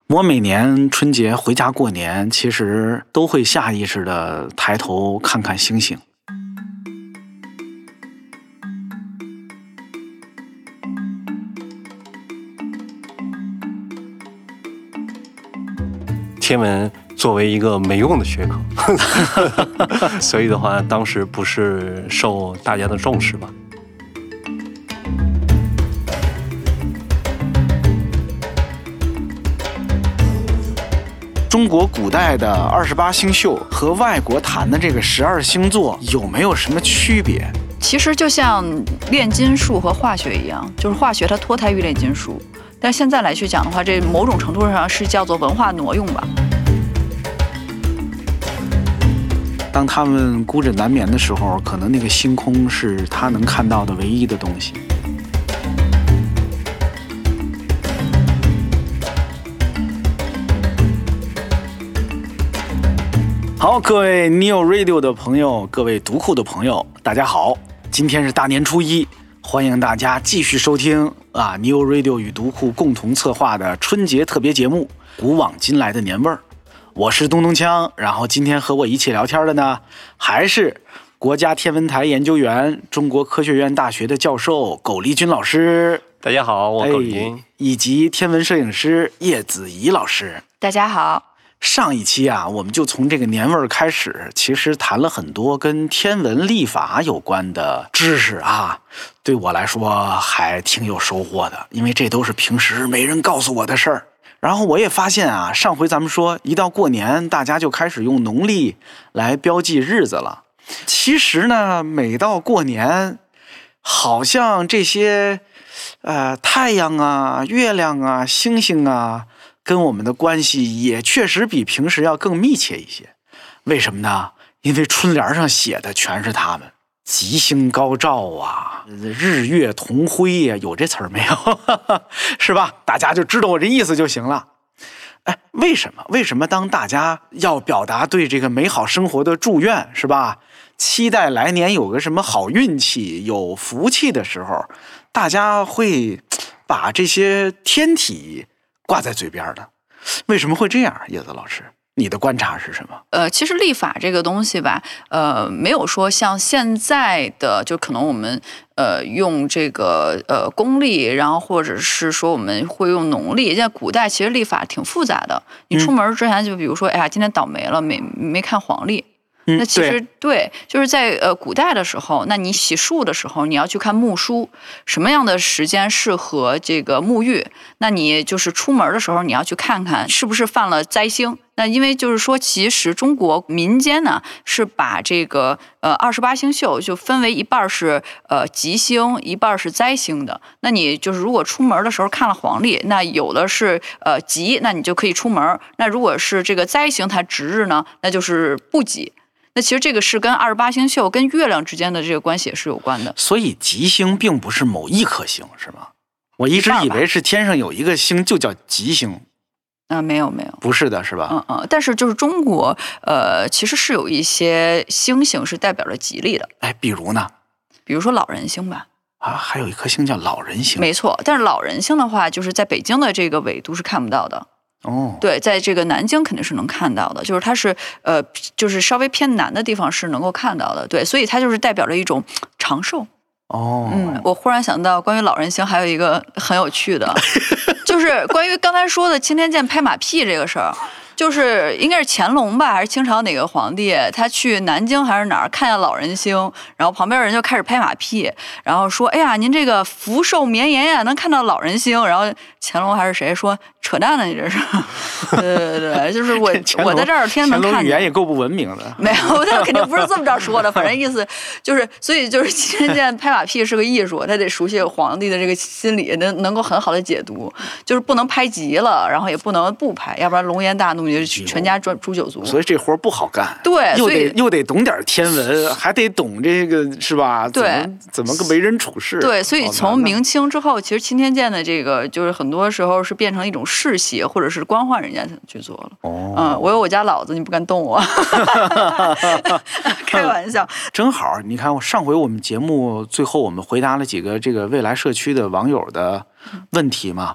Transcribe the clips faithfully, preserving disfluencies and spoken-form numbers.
我每年春节回家过年，其实都会下意识的抬头看看星星。 天文作为一个没用的学科，所以的话，当时不是受大家的重视吧。 中国古代的二十八星宿和外国谈的这个十二星座有没有什么区别？ 其实就像炼金术和化学一样，就是化学它脱胎于炼金术，但现在来去讲的话，这某种程度上是叫做文化挪用吧。 当他们孤枕难眠的时候，可能那个星空是他能看到的唯一的东西。好，各位 Neo Radio 的朋友，各位读库的朋友，大家好！今天是大年初一，欢迎大家继续收听啊 Neo Radio 与读库共同策划的春节特别节目《古往今来的年味儿》。我是东东锵，然后今天和我一起聊天的呢，还是国家天文台研究员、中国科学院大学的教授苟立军老师。 大家好，我苟立军、 哎，以及天文摄影师叶子怡老师。 大家好。 上一期啊，我们就从这个年味儿开始，其实谈了很多跟天文历法有关的知识啊，对我来说还挺有收获的，因为这都是平时没人告诉我的事儿。然后我也发现啊，上回咱们说一到过年，大家就开始用农历来标记日子了。其实呢，每到过年，好像这些呃太阳啊、月亮啊、星星啊，跟我们的关系也确实比平时要更密切一些。为什么呢？因为春联上写的全是他们，吉星高照啊，日月同辉呀、啊，有这词儿没有？是吧？大家就知道我这意思就行了。哎，为什么？为什么当大家要表达对这个美好生活的祝愿，是吧？期待来年有个什么好运气、有福气的时候，大家会把这些天体挂在嘴边的？为什么会这样？叶子老师，你的观察是什么？ 呃，其实历法这个东西吧，呃，没有说像现在的，就可能我们呃用这个呃公历，然后或者是说我们会用农历。现在古代其实历法挺复杂的，你出门之前就比如说，哎呀，今天倒霉了，没没看黄历。那其实 对, 对，就是在呃古代的时候，那你洗漱的时候，你要去看木书，什么样的时间适合这个沐浴？那你就是出门的时候，你要去看看是不是犯了灾星。那因为就是说，其实中国民间呢是把这个呃二十八星宿就分为一半是呃吉星，一半是灾星的。那你就是如果出门的时候看了黄历，那有的是呃吉，那你就可以出门；那如果是这个灾星它值日呢，那就是不吉。那其实这个是跟二十八星宿跟月亮之间的这个关系也是有关的。 所以吉星并不是某一颗星，是吗？我一直以为是天上有一个星就叫吉星。 啊、呃，没有没有， 不是的，是吧？ 嗯嗯，但是就是中国，呃，其实是有一些星星是代表着吉利的。 哎，比如呢？ 比如说老人星吧。 啊，还有一颗星叫老人星。 没错，但是老人星的话，就是在北京的这个纬度是看不到的。 哦， 对，在这个南京肯定是能看到的，就是它是呃，就是稍微偏南的地方是能够看到的，对，所以它就是代表着一种长寿。 哦， 嗯，我忽然想到关于老人星还有一个很有趣的，就是关于刚才说的青天剑拍马屁这个事儿。就是应该是乾隆吧，还是清朝哪个皇帝？他去南京还是哪儿看见老人星，然后旁边人就开始拍马屁，然后说：“哎呀，您这个福寿绵延呀，能看到老人星。”然后乾隆还是谁说：“扯淡呢，你这是？”对对对，就是我我在这儿天天能看见。 乾隆语言也够不文明的。 没有，他肯定不是这么着说的，反正意思就是，所以就是青天剑拍马屁是个艺术，他得熟悉皇帝的这个心理，能能够很好的解读，就是不能拍急了，然后也不能不拍，要不然龙颜大怒。全家诛诛九族， 所以这活不好干。 对， 又得又得懂点天文，还得懂这个是吧？ 对， 怎么怎么个为人处事？ 对，所以从明清之后，其实青天剑的这个就是很多时候是变成一种世袭，或者是官宦人家去做了。 哦， 嗯，我有我家老子，你不敢动我。开玩笑。 正好，你看，上回我们节目最后我们回答了几个这个未来社区的网友的问题嘛。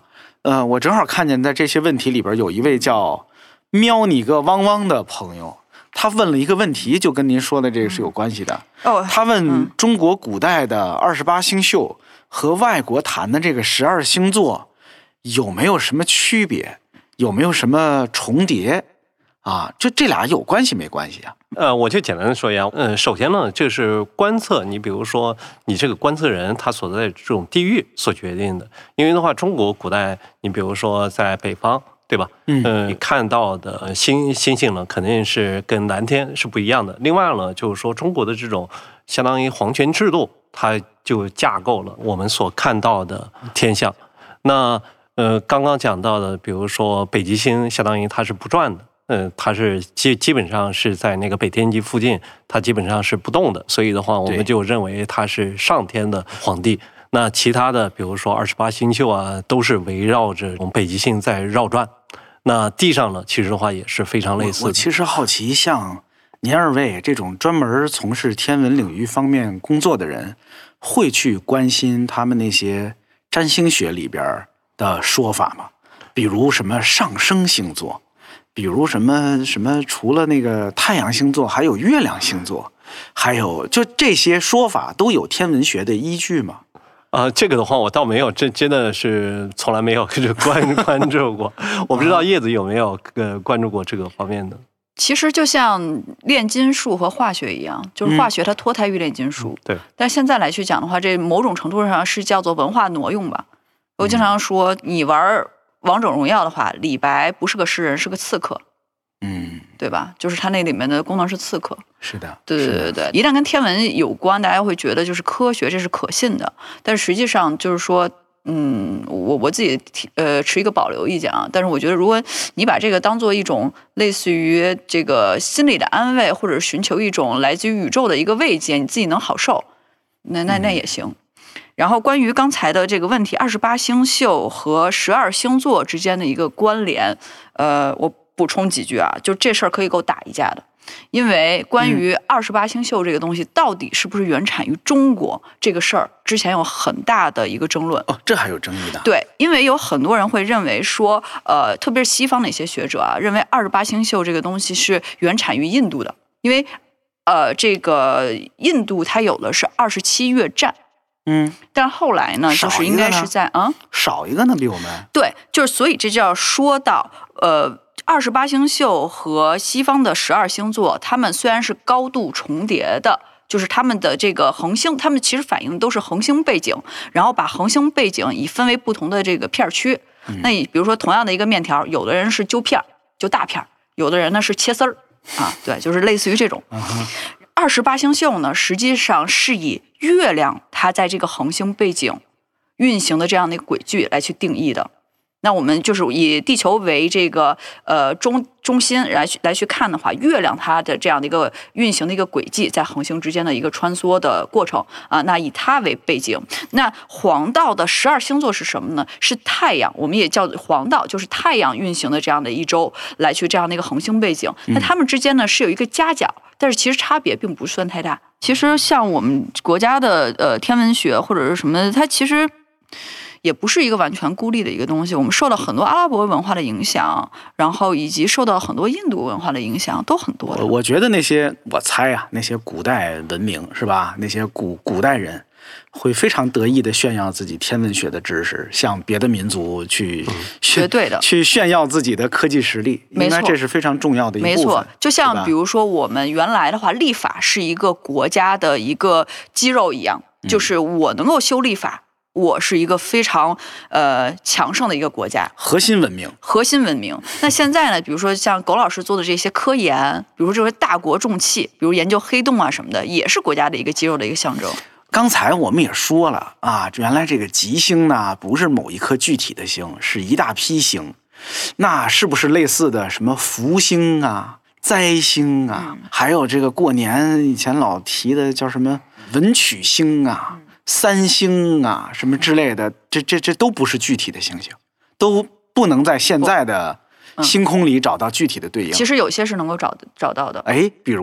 呃，我正好看见在这些问题里边有一位叫喵你个汪汪的朋友，他问了一个问题，就跟您说的这个是有关系的。 哦， 他问中国古代的二十八星宿和外国谈的这个十二星座有没有什么区别，有没有什么重叠啊？就这俩有关系没关系啊？ 呃，我就简单的说一下，嗯，首先呢，这是观测，你比如说你这个观测人他所在的这种地域所决定的。因为的话，中国古代，你比如说在北方，对吧？嗯、呃，你看到的星星星呢，肯定是跟蓝天是不一样的。另外呢，就是说中国的这种相当于皇权制度，它就架构了我们所看到的天象。那呃，刚刚讲到的，比如说北极星，相当于它是不转的。嗯，它是基基本上是在那个北天极附近，它基本上是不动的，所以的话，我们就认为它是上天的皇帝。那其他的，比如说二十八星宿啊，都是围绕着北极星在绕转。那地上呢，其实的话也是非常类似的。 我, 我其实好奇，像您二位这种专门从事天文领域方面工作的人，会去关心他们那些占星学里边的说法吗？比如什么上升星座？比如什么什么，除了那个太阳星座，还有月亮星座，还有就这些说法都有天文学的依据吗？ 啊、呃，这个的话我倒没有，这真的是从来没有关关注过。我不知道叶子有没有呃关注过这个方面的。 其实就像炼金术和化学一样，就是化学它脱胎于炼金术。 嗯、对。 但现在来去讲的话，这某种程度上是叫做文化挪用吧。我经常说，你玩王者荣耀的话，李白不是个诗人，是个刺客， 嗯， 对吧？就是他那里面的功能是刺客。 是的， 对对对对。一旦跟天文有关，大家会觉得就是科学，这是可信的。但实际上就是说，嗯，我我自己呃持一个保留意见啊。但是我觉得，如果你把这个当做一种类似于这个心理的安慰，或者寻求一种来自于宇宙的一个慰藉，你自己能好受，那那那也行。嗯，然后关于刚才的这个问题，二十八星宿和十二星座之间的一个关联，呃，我补充几句啊，就这事儿可以够打一架的，因为关于二十八星宿这个东西到底是不是原产于中国这个事儿，之前有很大的一个争论。 哦，这还有争议的。 对，因为有很多人会认为说，呃，特别是西方的一些学者啊，认为二十八星宿这个东西是原产于印度的，因为呃，这个印度它有的是二十七月占。 嗯， 但后来呢，就是应该是在啊、嗯、 少一个呢，比我们对，就是所以这就要说到呃，二十八星宿和西方的十二星座，它们虽然是高度重叠的，就是他们的这个恒星，他们其实反映的都是恒星背景，然后把恒星背景以分为不同的这个片区。嗯、那你比如说同样的一个面条，有的人是揪片揪大片，有的人呢是切丝儿啊，对，就是类似于这种。嗯二十八星宿呢，实际上是以月亮它在这个恒星背景运行的这样的一个轨迹来去定义的。那我们就是以地球为这个呃中中心来去来去看的话，月亮它的这样的一个运行的一个轨迹，在恒星之间的一个穿梭的过程啊，那以它为背景。那黄道的十二星座是什么呢？是太阳，我们也叫黄道，就是太阳运行的这样的一周来去这样的一个恒星背景。那它们之间呢是有一个夹角，但是其实差别并不算太大。其实像我们国家的呃天文学或者是什么，它其实也不是一个完全孤立的一个东西，我们受到很多阿拉伯文化的影响，然后以及受到很多印度文化的影响，都很多的。 我觉得那些，我猜啊，那些古代文明是吧？那些古古代人会非常得意的炫耀自己天文学的知识，向别的民族去绝对的去炫耀自己的科技实力。应该这是非常重要的一部分。 没错，就像比如说我们原来的话，历法是一个国家的一个肌肉一样，就是我能够修历法。我是一个非常呃强盛的一个国家， 核心文明， 核心文明。那现在呢，比如说像苟老师做的这些科研，比如说这些大国重器，比如研究黑洞啊什么的，也是国家的一个肌肉的一个象征。 刚才我们也说了啊，原来这个吉星呢，不是某一颗具体的星，是一大批星。那是不是类似的什么福星啊、灾星啊，嗯、还有这个过年以前老提的叫什么文曲星啊？嗯三星啊，什么之类的，这这这都不是具体的星星，都不能在现在的星空里找到具体的对应。 其实有些是能够找找到的。 哎，比如呢？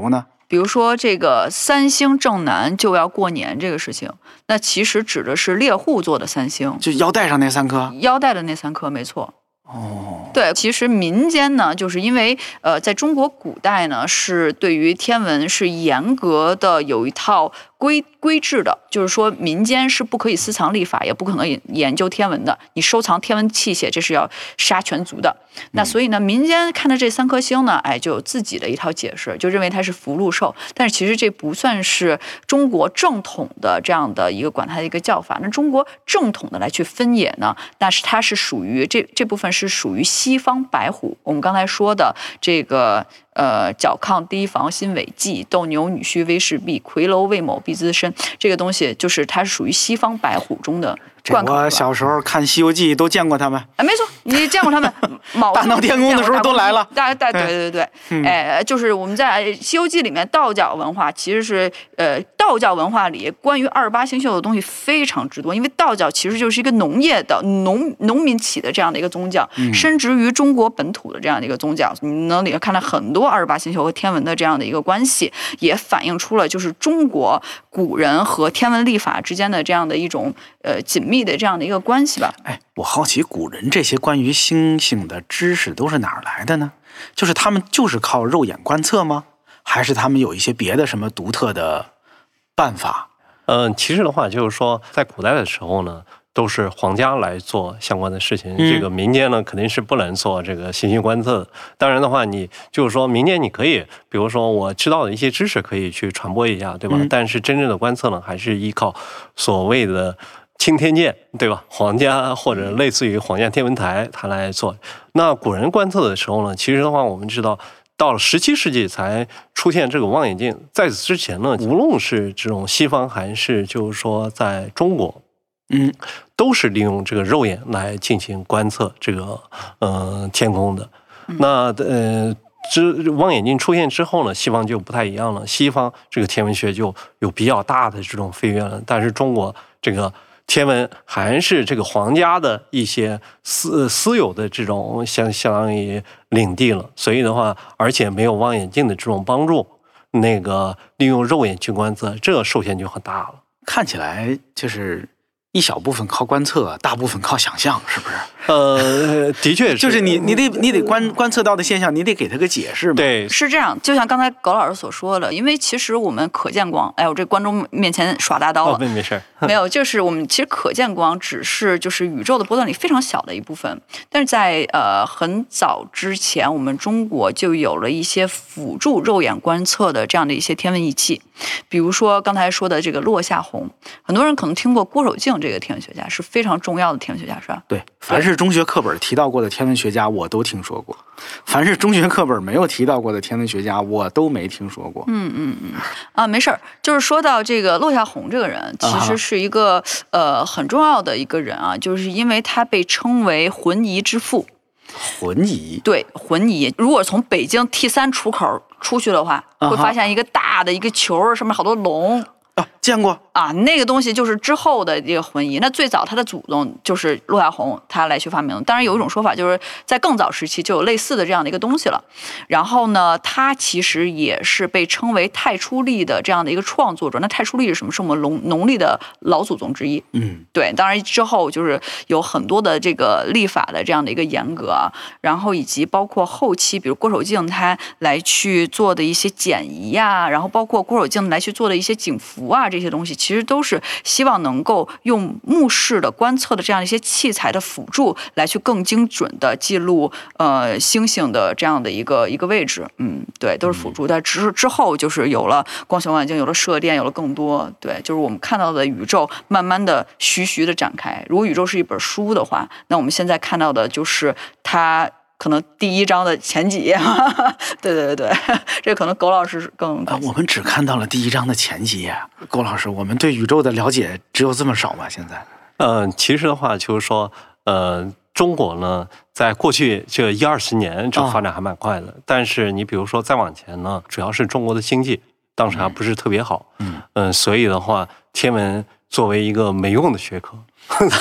比如说这个三星正南就要过年这个事情，那其实指的是猎户座的三星， 就腰带上那三颗。 腰带的那三颗，没错。 哦， 对，其实民间呢，就是因为呃，在中国古代呢，是对于天文是严格的有一套规规制的，就是说民间是不可以私藏历法，也不可能研究天文的。你收藏天文器械，这是要杀全族的。那所以呢，民间看到这三颗星呢，哎，就有自己的一套解释，就认为它是福禄寿。但是其实这不算是中国正统的这样的一个管它的一个叫法。那中国正统的来去分野呢，那是它是属于这这部分是属于西方白虎。我们刚才说的这个。呃，角亢堤防心尾纪，斗牛女婿威势毕，夔楼魏某必资深。这个东西就是它是属于西方白虎中的贯口。 我小时候看《西游记》都见过他们。 哎，没错，你见过他们。 大闹天宫的时候都来了。 大大对对对对，哎，就是我们在《西游记》里面，道教文化其实是呃，道教文化里关于二十八星宿的东西非常之多，因为道教其实就是一个农业的农农民起的这样的一个宗教，深植于中国本土的这样的一个宗教。你能里面看到很多。二十八星宿和天文的这样的一个关系，也反映出了就是中国古人和天文历法之间的这样的一种呃紧密的这样的一个关系吧。 哎，我好奇古人这些关于星星的知识都是哪儿来的呢？就是他们就是靠肉眼观测吗？还是他们有一些别的什么独特的办法？ 嗯，其实的话就是说，在古代的时候呢。都是皇家来做相关的事情，这个民间呢肯定是不能做这个行星观测的。当然的话，你就是说民间你可以，比如说我知道的一些知识可以去传播一下，对吧？嗯、但是真正的观测呢，还是依靠所谓的钦天监，对吧？皇家或者类似于皇家天文台它来做。那古人观测的时候呢，其实的话我们知道。到了十七世纪才出现这个望远镜，在此之前呢，无论是这种西方还是就是说在中国。嗯，都是利用这个肉眼来进行观测这个呃天空的。那呃，之望远镜出现之后呢，西方就不太一样了。西方这个天文学就有比较大的这种飞跃了，但是中国这个天文还是这个皇家的一些私私有的这种相相当于领地了。所以的话，而且没有望远镜的这种帮助，那个利用肉眼去观测，这受限就很大了。 看起来就是。一小部分靠观测，大部分靠想象，是不是？ 呃，的确是， 就是你你得你得观观测到的现象，你得给它个解释嘛。 对， 是这样。就像刚才苟老师所说的，因为其实我们可见光，哎，我这观众面前耍大刀了， 哦、没没事， 没有，就是我们其实可见光只是就是宇宙的波段里非常小的一部分，但是在呃很早之前，我们中国就有了一些辅助肉眼观测的这样的一些天文仪器，比如说刚才说的这个落下红，很多人可能听过郭守敬。这个天文学家是非常重要的天文学家，是吧？ 对，凡是中学课本提到过的天文学家，我都听说过；凡是中学课本没有提到过的天文学家，我都没听说过。 嗯嗯嗯，啊，没事儿。就是说到这个落下红这个人，其实是一个、啊、呃很重要的一个人啊，就是因为他被称为浑仪之父。 浑仪？ 对，浑仪。如果从北京 T 三出口出去的话，会发现一个大的一个球，上面好多龙。 啊，见过啊，那个东西就是之后的这个浑仪。那最早他的祖宗就是落下红，他来去发明的。当然有一种说法，就是在更早时期就有类似的这样的一个东西了。然后呢，他其实也是被称为太初历的这样的一个创作者。那太初历是什么？是我们农农历的老祖宗之一。嗯，对。当然之后就是有很多的这个历法的这样的一个严格啊，然后以及包括后期，比如郭守敬他来去做的一些简仪呀、啊，然后包括郭守敬来去做的一些景符啊，这些东西其实都是希望能够用目视的观测的这样一些器材的辅助，来去更精准的记录呃星星的这样的一个一个位置。嗯，对，都是辅助。但之之后就是有了光学望远镜，有了射电，有了更多。对，就是我们看到的宇宙慢慢的徐徐的展开。如果宇宙是一本书的话，那我们现在看到的就是它。可能第一章的前几页，对对对对，这可能苟老师更、 呃。我们只看到了第一章的前几页，苟老师，我们对宇宙的了解只有这么少吗？现在？ 嗯、呃，其实的话就是说，呃，中国呢，在过去这一二十年，这发展还蛮快的。哦、但是你比如说再往前呢，主要是中国的经济当时还不是特别好，嗯嗯、呃，所以的话，天文作为一个没用的学科。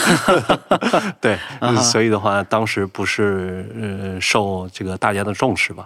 对， uh-huh. 所以的话，当时不是呃受这个大家的重视吧。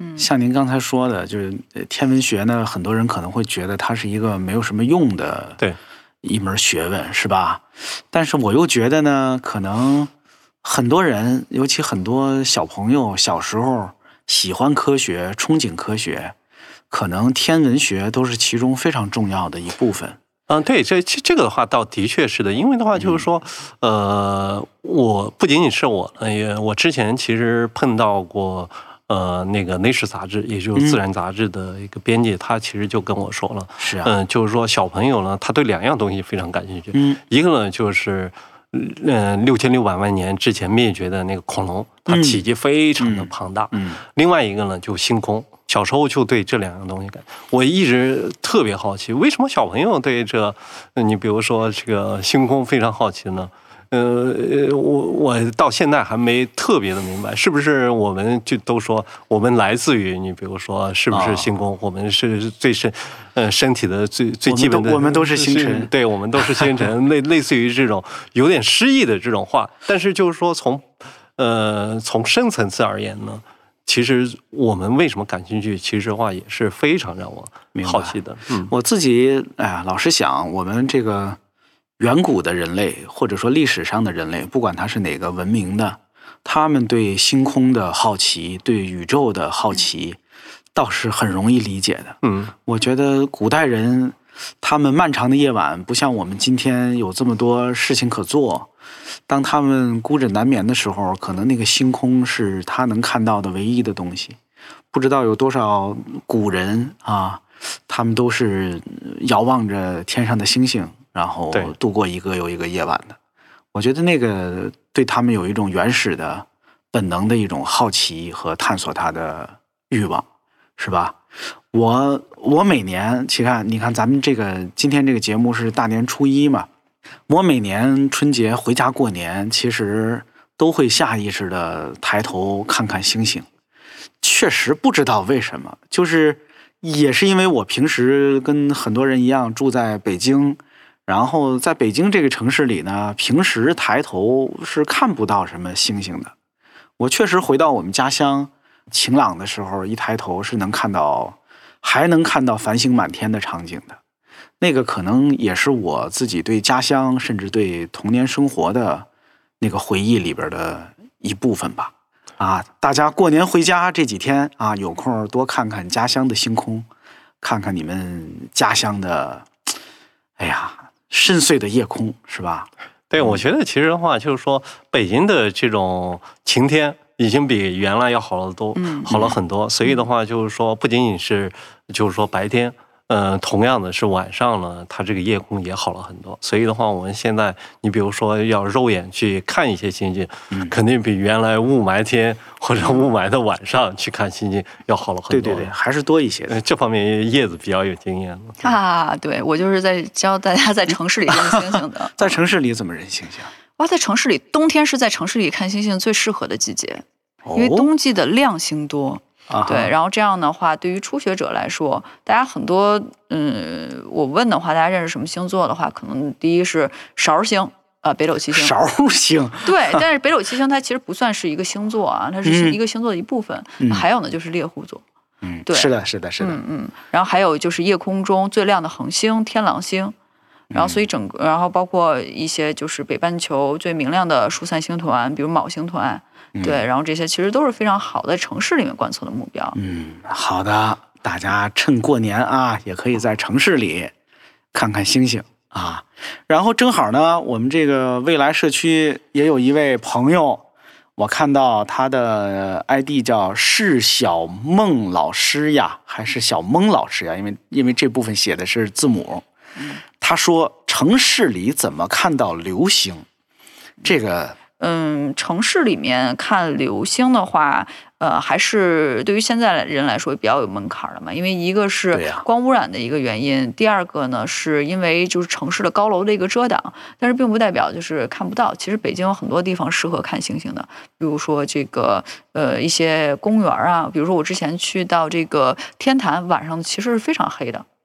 嗯， 像您刚才说的，就是天文学呢，很多人可能会觉得它是一个没有什么用的对一门学问，是吧？但是我又觉得呢，可能很多人，尤其很多小朋友小时候喜欢科学、憧憬科学，可能天文学都是其中非常重要的一部分。 嗯，对，这这个的话倒的确是的，因为的话就是说，嗯、呃，我不仅仅是我，也我之前其实碰到过。呃，那个《Nature》杂志，也就是《自然》杂志的一个编辑，嗯、他其实就跟我说了， 是啊， 嗯、呃，就是说小朋友呢，他对两样东西非常感兴趣， 嗯， 一个呢就是，嗯，六千六百万年之前灭绝的那个恐龙，它体积非常的庞大， 嗯，嗯另外一个呢就星空。小时候就对这两样东西感，我一直特别好奇，为什么小朋友对这，你比如说这个星空非常好奇呢？呃，我我到现在还没特别的明白，是不是我们就都说我们来自于你，比如说是不是星空？哦、我们是最身，呃，身体的最最基本的， 我们都是星辰， 对，我们都是星辰，类类似于这种有点诗意的这种话，但是就是说从，呃，从深层次而言呢，其实我们为什么感兴趣，其实话也是非常让我好奇的。嗯， 我自己哎呀，老实想，我们这个。远古的人类，或者说历史上的人类，不管他是哪个文明的，他们对星空的好奇，对宇宙的好奇，倒是很容易理解的。 嗯， 我觉得古代人，他们漫长的夜晚，不像我们今天有这么多事情可做。当他们孤枕难眠的时候，可能那个星空是他能看到的唯一的东西。不知道有多少古人啊，他们都是遥望着天上的星星。然后度过一个又一个夜晚的，我觉得那个对他们有一种原始的、本能的一种好奇和探索它的欲望，是吧？我我每年，其实你看咱们这个今天这个节目是大年初一嘛，我每年春节回家过年，其实都会下意识的抬头看看星星，确实不知道为什么，就是也是因为我平时跟很多人一样住在北京。然后在北京这个城市里呢，平时抬头是看不到什么星星的。我确实回到我们家乡晴朗的时候，一抬头是能看到，还能看到繁星满天的场景的。那个可能也是我自己对家乡，甚至对童年生活的那个回忆里边的一部分吧。啊，大家过年回家这几天啊，有空多看看家乡的星空，看看你们家乡的，哎呀。深邃的夜空是吧？ 对，我觉得其实的话，就是说北京的这种晴天已经比原来要好得多， 嗯， 好了很多。所以的话，就是说不仅仅是，就是说白天，嗯、呃，同样的是晚上呢，它这个夜空也好了很多。所以的话，我们现在你比如说要肉眼去看一些星星， 嗯、 肯定比原来雾霾天或者雾霾的晚上去看星星要好了很多。 对对对，还是多一些的。 这方面叶子比较有经验啊。对，我就是在教大家在城市里认星星的。 在城市里怎么认星星？ 哇，在城市里，冬天是在城市里看星星最适合的季节，因为冬季的亮星多。 哦、 对，然后这样的话，对于初学者来说，大家很多，嗯，我问的话，大家认识什么星座的话，可能第一是勺星。呃，北斗七星， 勺星， 对，但是北斗七星它其实不算是一个星座啊，它是一个星座的一部分。 嗯、 还有呢，就是猎户座， 嗯， 对， 是的，是的，是的， 嗯嗯。然后还有就是夜空中最亮的恒星天狼星，然后所以整个，然后包括一些就是北半球最明亮的疏散星团，比如昴星团， 嗯、 对，然后这些其实都是非常好的城市里面观测的目标。 嗯，好的，大家趁过年啊，也可以在城市里看看星星。啊，然后正好呢，我们这个未来社区也有一位朋友，我看到他的 I D 叫是小孟老师呀，还是小蒙老师呀？因为因为这部分写的是字母。他说城市里怎么看到流星？这个嗯，城市里面看流星的话，呃，还是对于现在人来说比较有门槛的嘛，因为一个是光污染的一个原因，啊、第二个呢是因为就是城市的高楼的一个遮挡，但是并不代表就是看不到。其实北京有很多地方适合看星星的，比如说这个呃一些公园啊，比如说我之前去到这个天坛，晚上其实是非常黑的。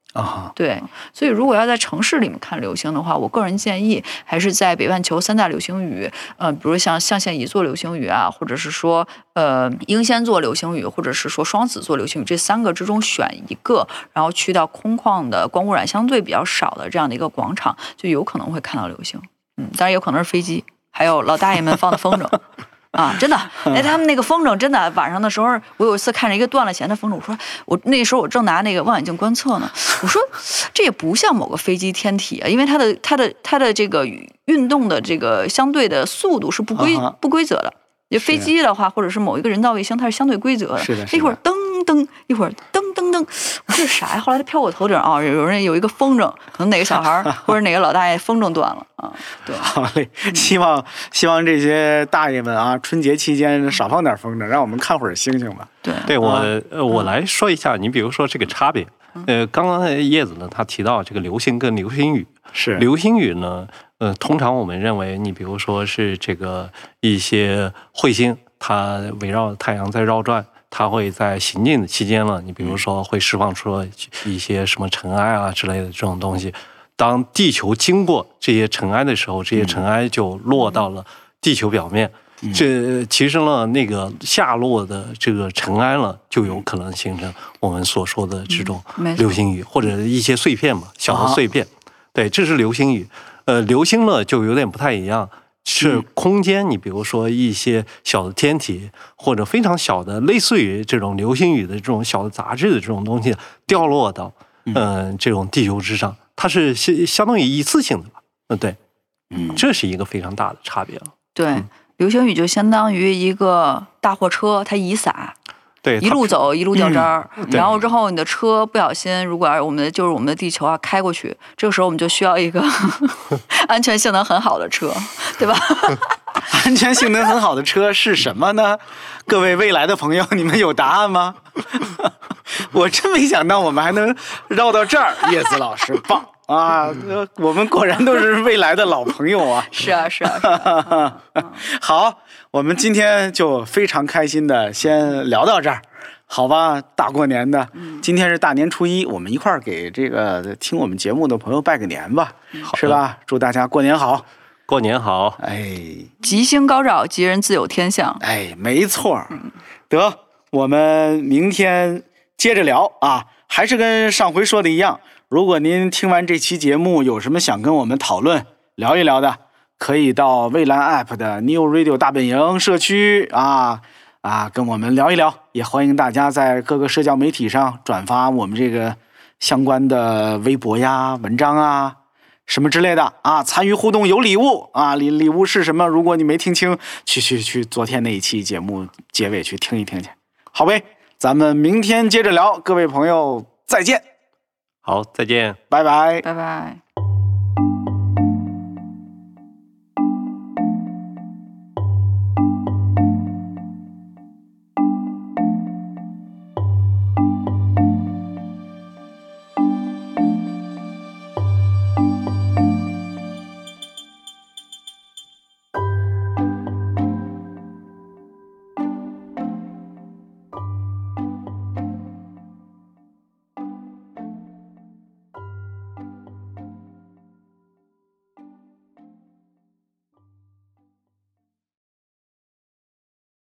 啊， 对，所以如果要在城市里面看流星的话，我个人建议还是在北半球三大流星雨，呃，比如像象限一座流星雨啊，或者是说呃英仙座流星雨，或者是说双子座流星雨这三个之中选一个，然后去到空旷的、光污染相对比较少的这样的一个广场，就有可能会看到流星。嗯，当然有可能是飞机，还有老大爷们放的风筝。啊，真的，哎，他们那个风筝真的，晚上的时候，我有一次看着一个断了弦的风筝，我说我那时候我正拿那个望远镜观测呢，我说这也不像某个飞机天体啊，因为它的它的它的这个运动的这个相对的速度是不规不规则的。就飞机的话，或者是某一个人造卫星，它是相对规则的。 是的， 一会儿噔噔，一会儿噔噔噔，我说这啥呀？后来它飘我头顶啊，有人有一个风筝，可能哪个小孩或者哪个老大爷风筝断了啊。对， 好嘞，希望希望这些大爷们啊，春节期间少放点风筝，让我们看会儿星星吧。 对， 对我呃我来说一下，你比如说这个差别。呃，刚刚叶子呢，他提到这个流星跟流星雨。 是流星雨呢，呃，通常我们认为，你比如说是这个一些彗星，它围绕太阳在绕转，它会在行进的期间呢，你比如说会释放出一些什么尘埃啊之类的这种东西。当地球经过这些尘埃的时候，这些尘埃就落到了地球表面。嗯、这其实呢，那个下落的这个尘埃呢，就有可能形成我们所说的这种流星雨，或者一些碎片嘛，小的碎片。啊、对，这是流星雨。呃，流星呢就有点不太一样，是空间。你比如说一些小的天体，或者非常小的，类似于这种流星雨的这种小的杂质的这种东西掉落到嗯、呃、这种地球之上，它是相当于一次性的吧？嗯，对，嗯，这是一个非常大的差别了。 对。 嗯， 流星雨就相当于一个大货车，它遗撒， 对， 一路走一路掉渣儿、 嗯， 然后之后你的车不小心，如果我们的就是我们的地球啊开过去，这个时候我们就需要一个安全性能很好的车，对吧？ 安全性能很好的车是什么呢？各位未来的朋友，你们有答案吗？我真没想到我们还能绕到这儿，叶子老师棒啊！我们果然都是未来的老朋友啊！ 是啊，是啊，是啊。 好，我们今天就非常开心的先聊到这儿，好吧？大过年的，今天是大年初一，我们一块儿给这个听我们节目的朋友拜个年吧，是吧？祝大家过年好。 过年好， 哎， 吉星高照，吉人自有天相。 哎，没错。得，我们明天接着聊啊，还是跟上回说的一样，如果您听完这期节目有什么想跟我们讨论聊一聊的，可以到蔚蓝 App 的 New Radio 大本营社区啊啊跟我们聊一聊，也欢迎大家在各个社交媒体上转发我们这个相关的微博呀、文章啊。什么之类的啊，参与互动有礼物啊，礼礼物是什么？如果你没听清，去去去昨天那一期节目结尾去听一听去，好呗，咱们明天接着聊，各位朋友再见。 好，再见， 拜拜， 拜拜。